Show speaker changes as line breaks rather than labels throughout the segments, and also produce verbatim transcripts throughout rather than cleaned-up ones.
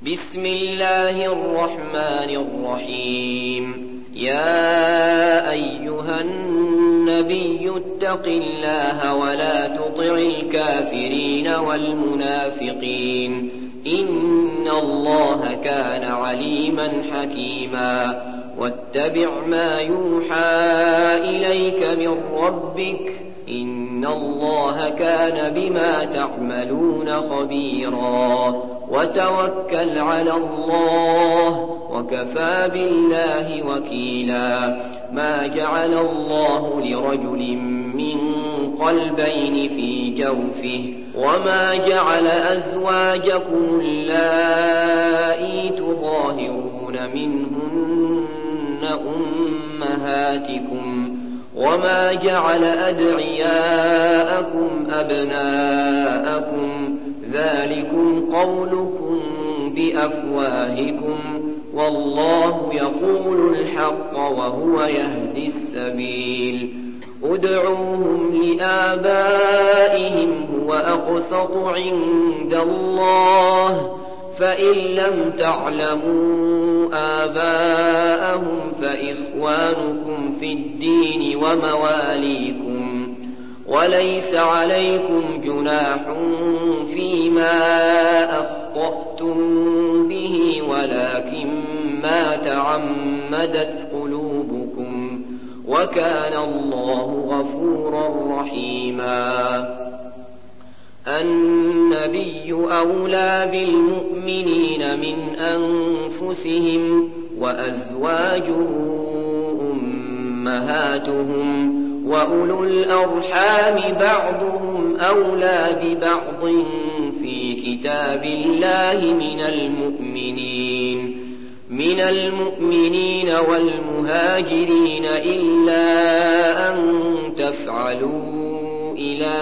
بسم الله الرحمن الرحيم. يا أيها النبي اتق الله ولا تطع الكافرين والمنافقين إن الله كان عليما حكيما. واتبع ما يوحى إليك من ربك إن الله كان بما تعملون خبيرا. وتوكل على الله وكفى بالله وكيلا. ما جعل الله لرجل من قلبين في جوفه وما جعل أزواجكم اللائي تظاهرون منهن أمهاتكم وما جعل أدعياءكم أبناءكم ذلكم قولكم بأفواهكم والله يقول الحق وهو يهدي السبيل. ادعوهم لآبائهم هو أقسط عند الله فإن لم تعلموا آباءهم فإخوانكم في الدين ومواليكم وليس عليكم جناح فيما أخطأتم به ولكن ما تعمدت قلوبكم وكان الله غفورا رحيما. النبي أولى بالمؤمنين من أنفسهم وأزواجه أمهاتهم وأولو الأرحام بعضهم أولى ببعض في كتاب الله من المؤمنين من المؤمنين والمهاجرين إلا أن تفعلوا إلى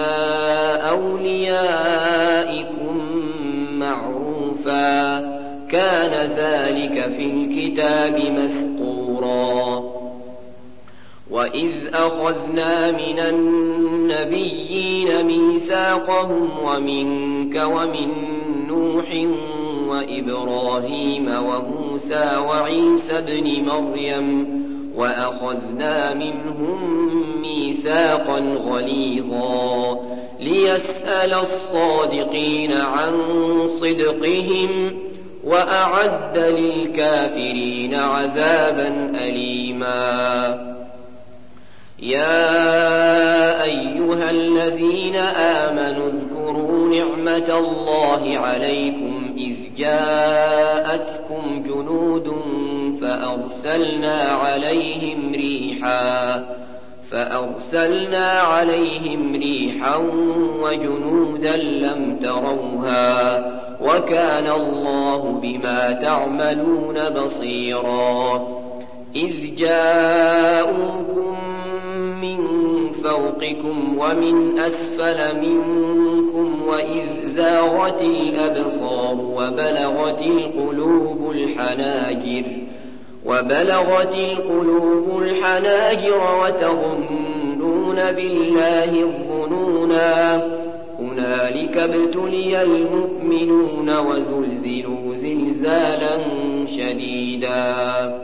أوليائكم معروفا كان ذلك في الكتاب مسطورا. وإذ أخذنا من النبيين ميثاقهم ومنك ومن نوح وإبراهيم وموسى وعيسى ابن مريم وأخذنا منهم ميثاقا غليظا ليسأل الصادقين عن صدقهم وأعد للكافرين عذابا أليما. يا أيها الذين آمنوا اذكروا نعمة الله عليكم إذ جاءتكم جنود فأرسلنا عليهم ريحا فأرسلنا عليهم ريحا وجنودا لم تروها وكان الله بما تعملون بصيرا. إذ جاءوكم من فوقكم ومن أسفل منكم وإذ زاغت الأبصار وبلغت القلوب الحناجر وبلغت القلوب الحناجر وتظنون بالله الظنونا هنالك ابتلي المؤمنون وزلزلوا زلزالا شديدا.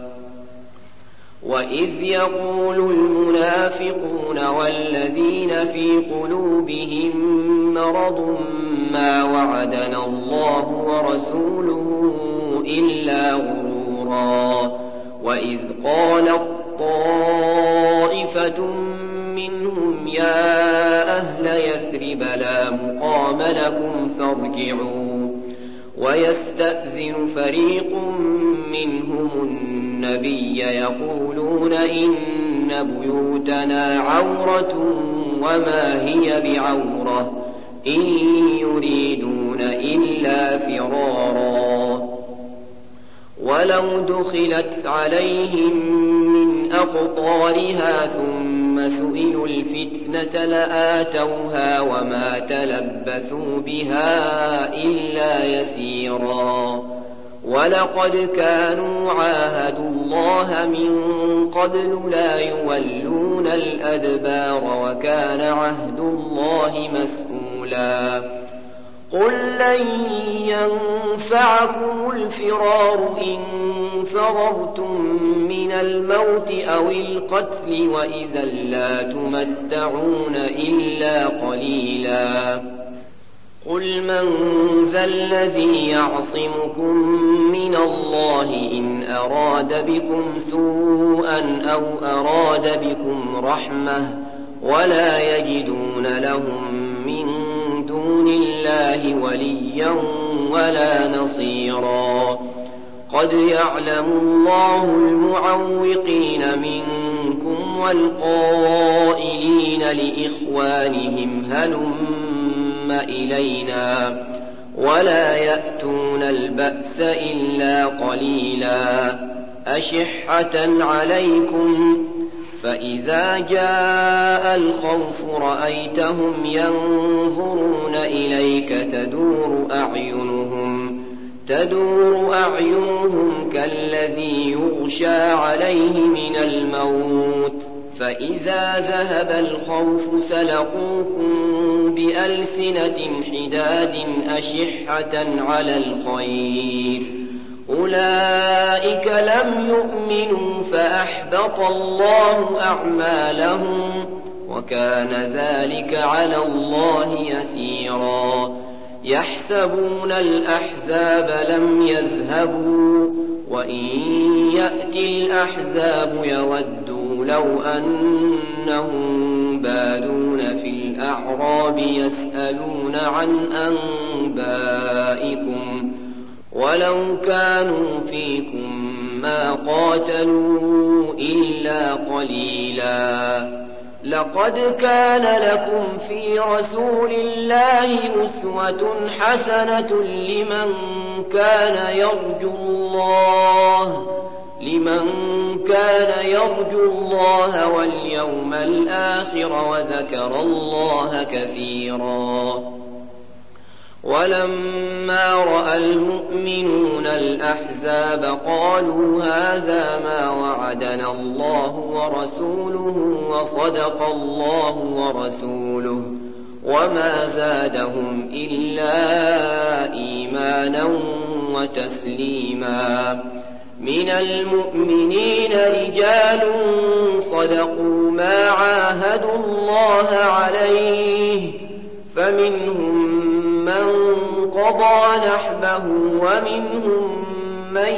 وإذ يقول المنافقون والذين في قلوبهم مرض ما وعدنا الله ورسوله إلا غرورا. وإذ قالت طائفة منهم يا أهل يثرب لا مقام لكم فارجعوا ويستأذن فريق منهم النبي يقولون إن بيوتنا عورة وما هي بعورة إن يريدون إلا فرارا. ولو دخلت عليهم من أقطارها ثم سئلوا الفتنة لآتوها وما تلبثوا بها إلا يسيرا. ولقد كانوا عاهدوا الله من قبل لا يولون الأدبار وكان عهد الله مسؤولا. قل لن ينفعكم الفرار إن فررتم من الموت أو القتل وإذا لا تمتعون إلا قليلا قل من ذا الذي يعصمكم من الله إن أراد بكم سوءا أو أراد بكم رحمة ولا يجدون لهم من دون الله وليا ولا نصيرا قد يعلم الله المعوقين منكم والقائلين لإخوانهم هلم إلينا ولا يأتون البأس إلا قليلا أشحة عليكم فإذا جاء الخوف رأيتهم ينظرون إليك تدور أعينهم تدور أعينهم كالذي يغشى عليه من الموت فإذا ذهب الخوف سلقوكم بألسنة حداد أشحة على الخير أولئك لم يؤمنوا فأحبط الله أعمالهم وكان ذلك على الله يسيرا يحسبون الأحزاب لم يذهبوا وإن يأتي الأحزاب يودوا لو أنهم بادون في الأعراب يسألون عن أنبائكم ولو كانوا فيكم ما قاتلوا إلا قليلا لقد كان لكم في رسول الله أسوة حسنة لمن كان يرجو الله لمن كان يرجو الله واليوم الآخر وذكر الله كثيرا ولما رأى المؤمنون الأحزاب قالوا هذا ما وعدنا الله ورسوله وصدق الله ورسوله وما زادهم إلا إيمانا وتسليما من المؤمنين رجال صدقوا ما عاهدوا الله عليه فمنهم من قضى نحبه ومنهم من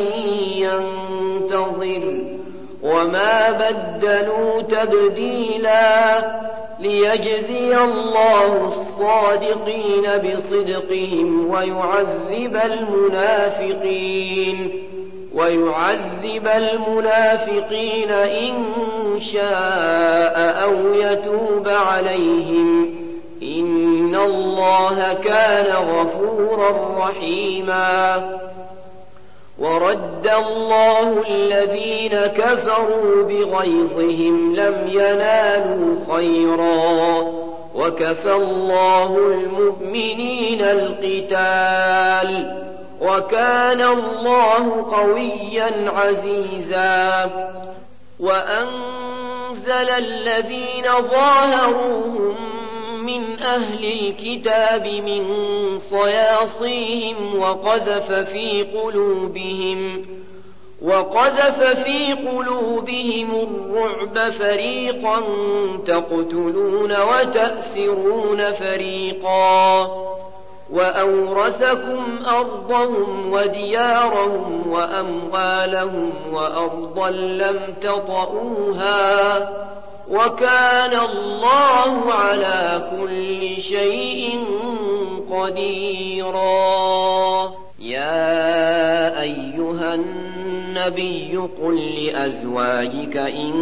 ينتظر وما بدلوا تبديلا ليجزي الله الصادقين بصدقهم ويعذب المنافقين ويعذب المنافقين إن شاء أو يتوب عليهم إن الله كان غفورا رحيما ورد الله الذين كفروا بغيظهم لم ينالوا خيرا وكفى الله المؤمنين القتال وكان الله قويا عزيزا وأنزل الذين ظاهروهم من أهل الكتاب من صياصيهم وقذف في قلوبهم وقذف في قلوبهم الرعب فريقا تقتلون وتأسرون فريقا وأورثكم أرضهم وديارهم وأموالهم وأرضا لم تطئوها وكان الله على كل شيء قديرا يا أيها النبي قل لأزواجك إن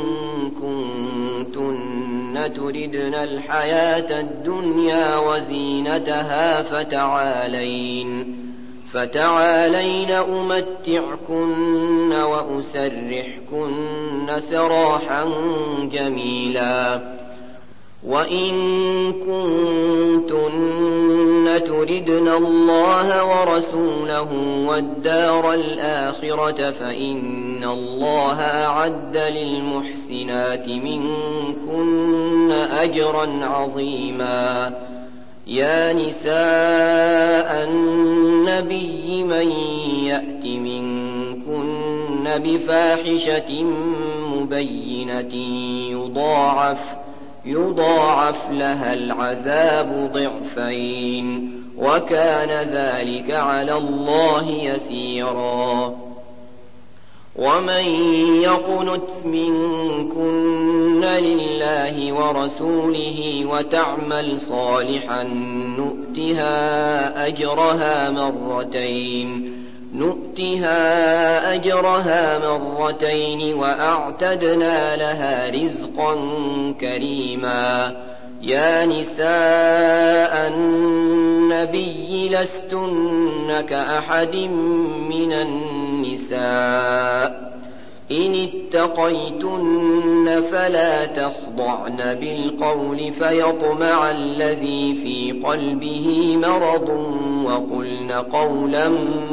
كنتن تردن الحياة الدنيا وزينتها فتعالين فتعالين أمتعكن وأسرحكن سراحا جميلا وإن كنتن تردن الله ورسوله والدار الآخرة فإن الله أعد للمحسنات منكن أجرا عظيما يا نساء النبي من يأت منكن بفاحشة مبينة يضاعف, يضاعف لها العذاب ضعفين وكان ذلك على الله يسيرا. ومن يقنت منكن لله ورسوله وتعمل صالحا نؤتها أجرها مرتين نؤتها أجرها مرتين وأعتدنا لها رزقا كريما. يا نساء النبي لستن كأحد من النساء إن اتقيتن فلا تخضعن بالقول فيطمع الذي في قلبه مرض وقلن قولا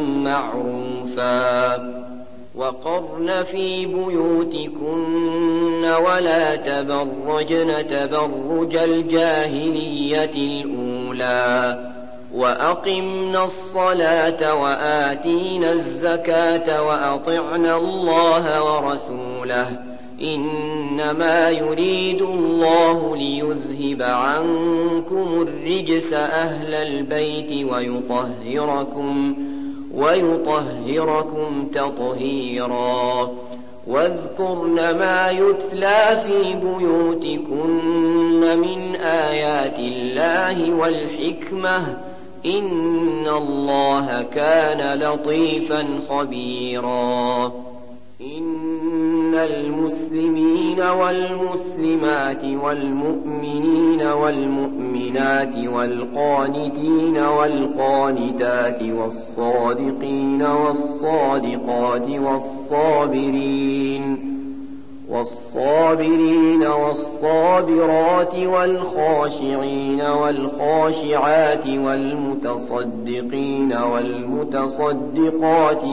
معروفا. وقرن في بيوتكن ولا تبرجن تبرج الجاهلية الأولى وأقمنا الصلاة وآتينا الزكاة وأطعنا الله ورسوله إنما يريد الله ليذهب عنكم الرجس أهل البيت ويطهركم ويطهركم تطهيرا. واذكرن ما يتلى في بيوتكن من آيات الله والحكمة إن الله كان لطيفا خبيرا. إن المسلمين والمسلمات والمؤمنين والمؤمنات والقانتين والقانتات والصادقين والصادقات والصابرين والصابرين والصابرات والخاشعين والخاشعات والمتصدقين والمتصدقات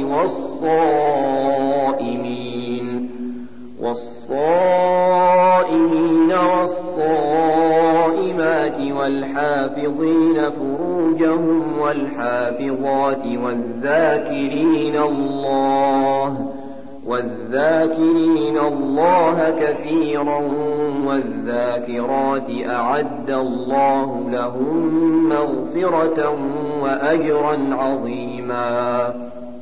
والصائمين والصائمين والصائمات والحافظين فروجهم والحافظات والذاكرين الله والذاكرين الله كثيرا والذاكرات أعد الله لهم مغفرة وأجرا عظيما.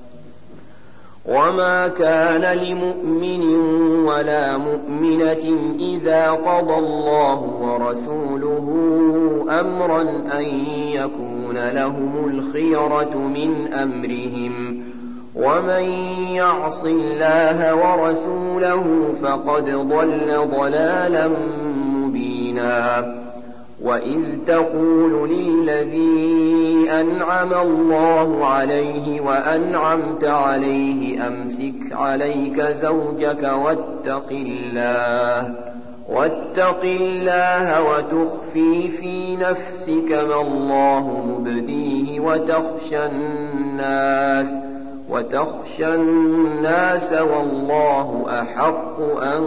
وما كان لمؤمن ولا مؤمنة إذا قضى الله ورسوله أمرا أن يكون لهم الخيرة من أمرهم ومن يعص الله ورسوله فقد ضل ضلالا مبينا. وإذ تقول للذي أنعم الله عليه وأنعمت عليه أمسك عليك زوجك واتق الله واتق الله وتخفي في نفسك ما الله مبديه وتخشى الناس وتخشى الناس والله أحق أن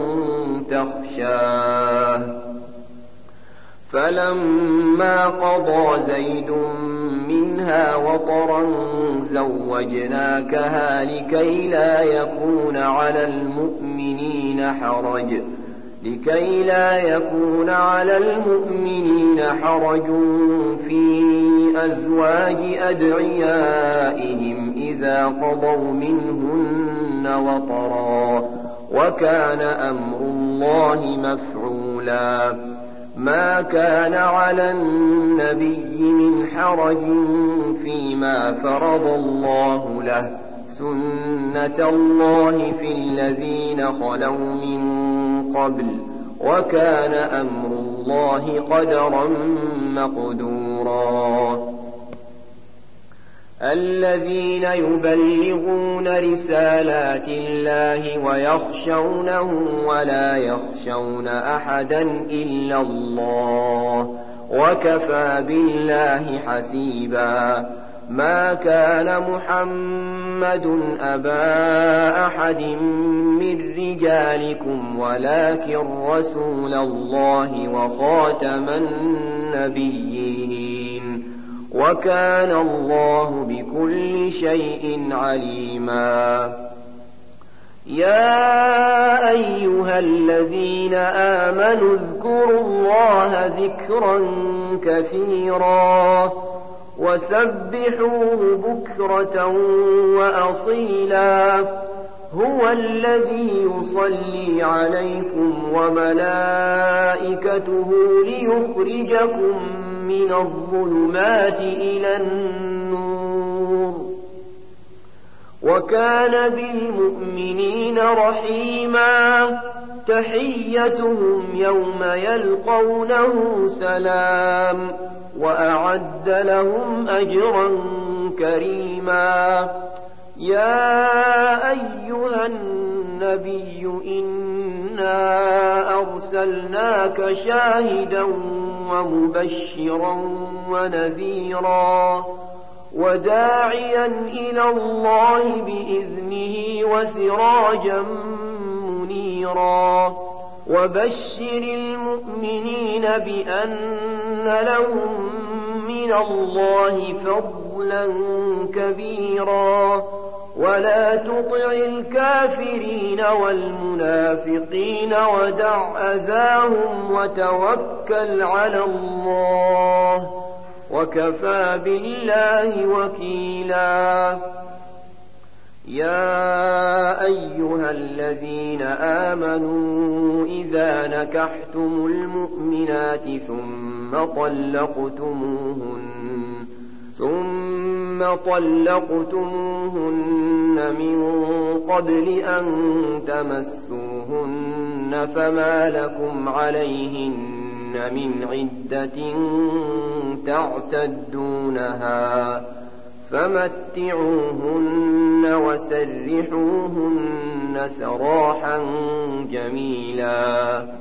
تخشاه. فلما قضى زيد منها وطرا زوجناكها لكي لا يكون على المؤمنين حرج لكي لا يكون على المؤمنين حرج في أزواج أدعيائهم إذا قضوا منهن وطرا وكان أمر الله مفعولا. ما كان على النبي من حرج فيما فرض الله له سنة الله في الذين خلوا من قبل وكان أمر الله قدرا مقدورا. الذين يبلغون رسالات الله ويخشونه ولا يخشون أحدا إلا الله وكفى بالله حسيبا. ما كان محمد أبا أحد من رجالكم ولكن رسول الله وخاتم النبيين. وكان الله بكل شيء عليما. يا أيها الذين آمنوا اذكروا الله ذكرا كثيرا وسبحوه بكرة وأصيلا. هو الذي يصلي عليكم وملائكته ليخرجكم من الظلمات إلى النور وكان بالمؤمنين رحيما. تحيتهم يوم يلقونه سلام وأعد لهم أجرا كريما. يا أيها النبي إنا أرسلناك شاهدا ومبشرا ونذيرا وداعيا إلى الله بإذنه وسراجا منيرا. وبشر المؤمنين بأن لهم من الله فضلا كبيرا. ولا تطع الكافرين والمنافقين ودع أذاهم وتوكل على الله وكفى بالله وكيلا. يا أيها الذين آمنوا إذا نكحتم المؤمنات ثم طلقتموهن ثم طلقتموهن من قبل أن تمسوهن فما لكم عليهن من عدة تعتدونها فمتعوهن وسرحوهن سراحا جميلا.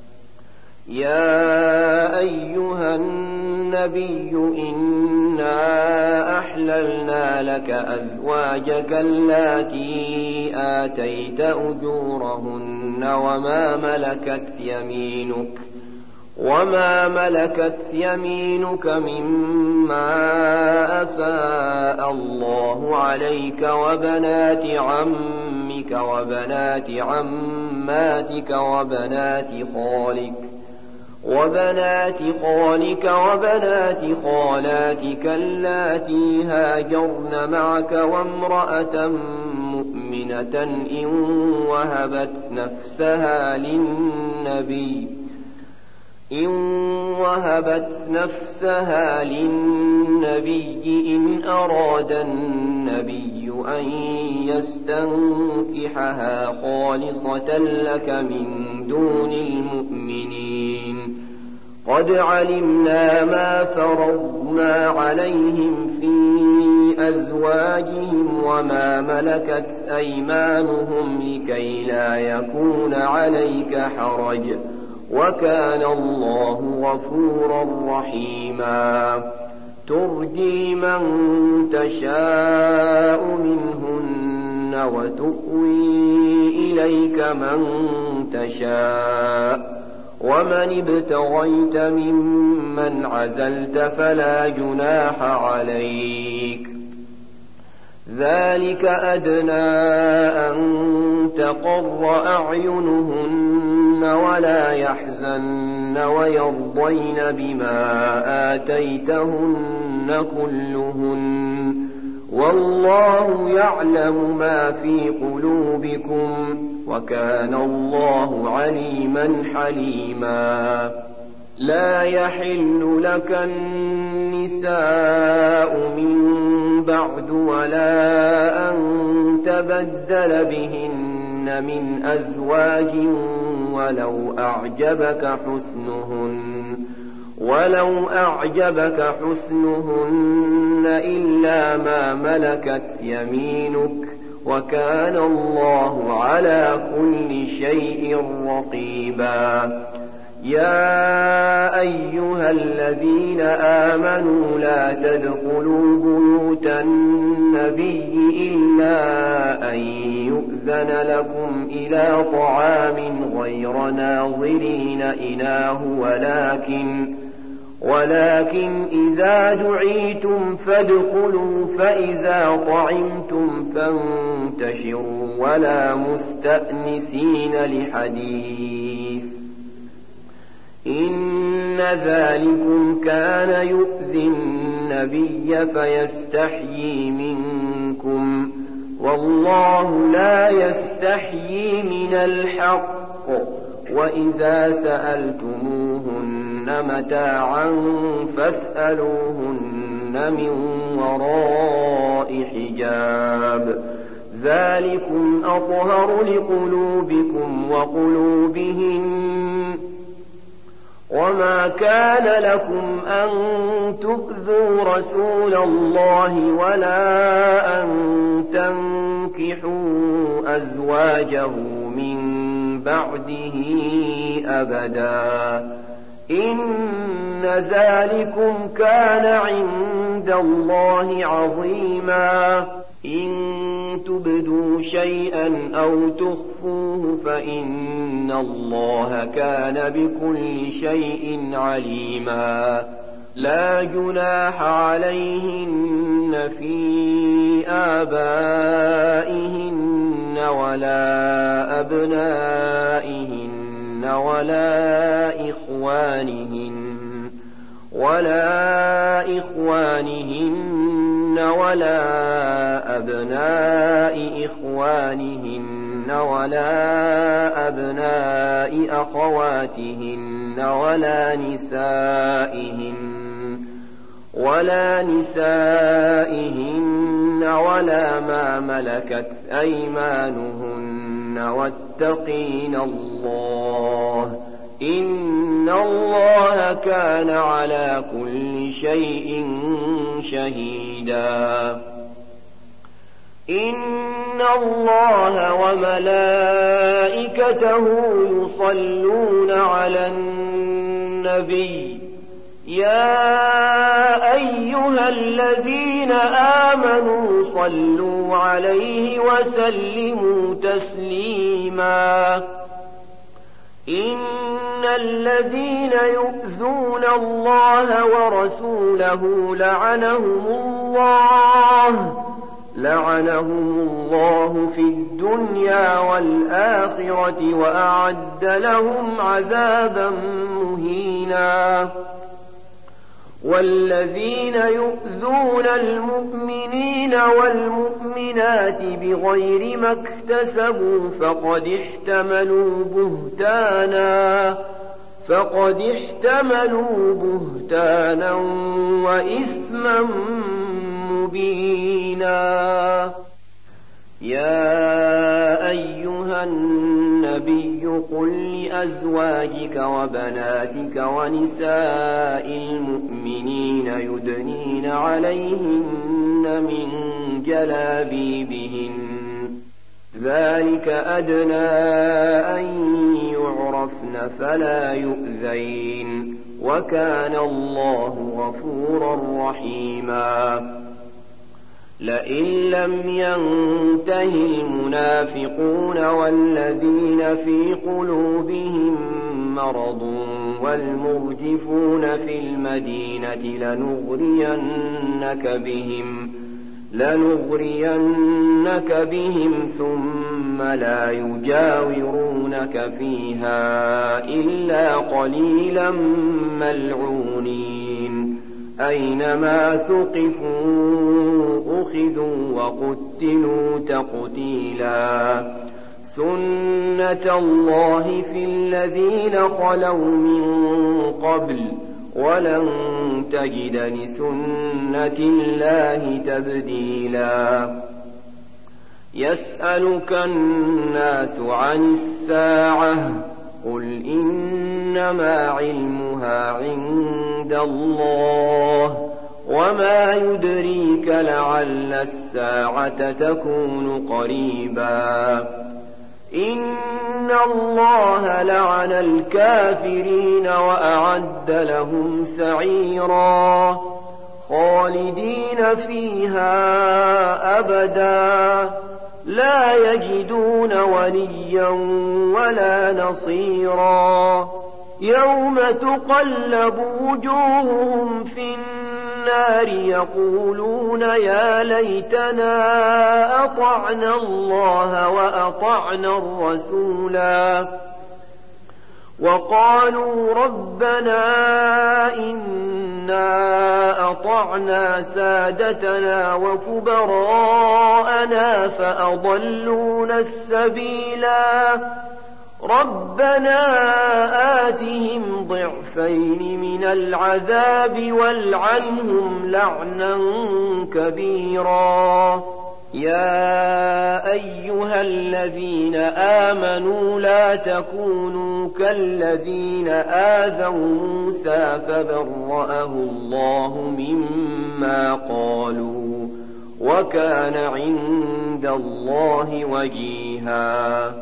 يا أيها النبي إنا أحللنا لك أزواجك اللاتي آتيت أجورهن وما ملكت يمينك وما ملكت يمينك مما أفاء الله عليك وبنات عمك وبنات عماتك وبنات خالك وبنات خالك وبنات خالاتك اللاتي هاجرن معك وامرأة مؤمنة إن وهبت نفسها للنبي إن وهبت نفسها للنبي إن أراد النبي أن يستنكحها خالصة لك من دون المؤمنين. قد علمنا ما فرضنا عليهم في أزواجهم وما ملكت أيمانهم لكي لا يكون عليك حرج وكان الله غفورا رحيما. ترجي من تشاء منهن وتؤوي إليك من تشاء ومن ابتغيت ممن عزلت فلا جناح عليك. ذلك أدنى أن تقر أعينهن ولا يحزن ويرضين بما آتيتهن كلهن والله يعلم ما في قلوبكم وكان الله عليما حليما. لا يحل لك النساء من بعد ولا أن تبدل بهن من أزواج ولو أعجبك حسنهن ولو أعجبك حسنهن إلا ما ملكت يمينك وكان الله على كل شيء رقيبا. يا أيها الذين آمنوا لا تدخلوا بيوت النبي إلا أن يؤذن لكم إلى طعام غير ناظرين إناه ولكن ولكن إذا دعيتم فادخلوا فإذا طعمتم فانتشروا ولا مستأنسين لحديث إن ذلكم كان يؤذي النبي فيستحيي منكم والله لا يستحيي من الحق وإذا سألتموهن متاعا فاسألوهن من وراء حجاب ذلكم أطهر لقلوبكم وقلوبهن وما كان لكم أن تؤذوا رسول الله ولا أن تنكحوا أزواجه من بعده أبدا إن ذلكم كان عند الله عظيما إن تبدوا شيئا أو تخفوه فإن الله كان بكل شيء عليما لا جناح عليهن في آبائهن ولا أبنائهن ولا إخوانهن ولا إخوانهن ولا أبناء إخوانهن ولا أبناء أخواتهن ولا نسائهن ولا نسائهن ولا ما ملكت أيمانهن واتقين الله إن الله كان على كل شيء شهيدا إن الله وملائكته يصلون على النبي يا أيها الذين آمنوا صلوا عليه وسلموا تسليما إن الذين يؤذون الله ورسوله لعنهم الله لعنهم الله في الدنيا والآخرة وأعد لهم عذابا مهينا والذين يؤذون المؤمنين والمؤمنات بغير ما اكتسبوا فقد احتملوا بهتانا فقد احتملوا بهتانا وإثما مبينا يا أيها النبي قل لأزواجك وبناتك ونساء المؤمنين يدنين عليهن من جلابيبهن ذلك أدنى أن يعرفن فلا يؤذين وكان الله غفورا رحيما لئن لم ينته المنافقون والذين في قلوبهم مرض والمرجفون في المدينة لنغرينك بهم لنغرينك بهم ثم لا يجاورونك فيها إلا قليلا ملعونين أينما ثقفوا أخذوا وقتلوا تقتيلا سنة الله في الذين خلوا من قبل ولن تجد لسنة الله تبديلا يسألك الناس عن الساعة قل إنما علمها عند الله وما يدريك لعل الساعة تكون قريبا إن الله لعن الكافرين وأعد لهم سعيرا خالدين فيها أبدا لا يجدون وليا ولا نصيرا يوم تقلب وجوههم في النار يقولون يا ليتنا أطعنا الله وأطعنا الرسولا وقالوا ربنا إنا أطعنا سادتنا وكبراءنا فأضلونا السبيلا ربنا آتهم ضعفين من العذاب والعنهم لعنا كبيرا يا أيها الذين آمنوا لا تكونوا كالذين آذوا موسى فبرأه الله مما قالوا وكان عند الله وجيها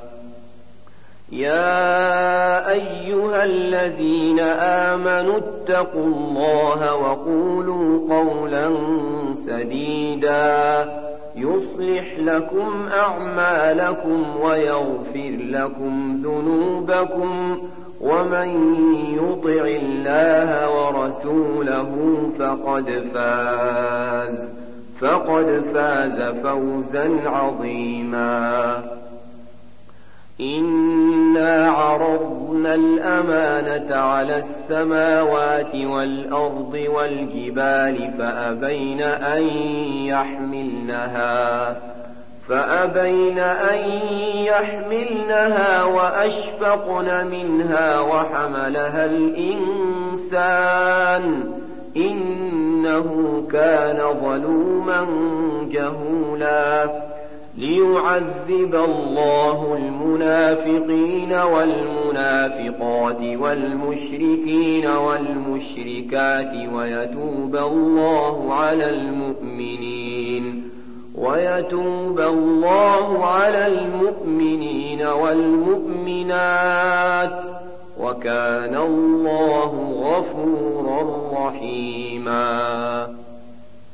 يا أيها الذين آمنوا اتقوا الله وقولوا قولا سديدا يصلح لكم أعمالكم ويغفر لكم ذنوبكم ومن يطع الله ورسوله فقد فاز فقد فاز فوزا عظيما إنا عرضنا الأمانة على السماوات والأرض والجبال فأبين أن يحملنها فأبين أن يحملنها وأشفقن منها وحملها الإنسان إنه كان ظلوما جهولا ليعذب الله المنافقين والمنافقات والمشركين والمشركات ويتوب الله على المؤمنين ويتوب الله على المؤمنين والمؤمنات وكان الله غفورا رحيما.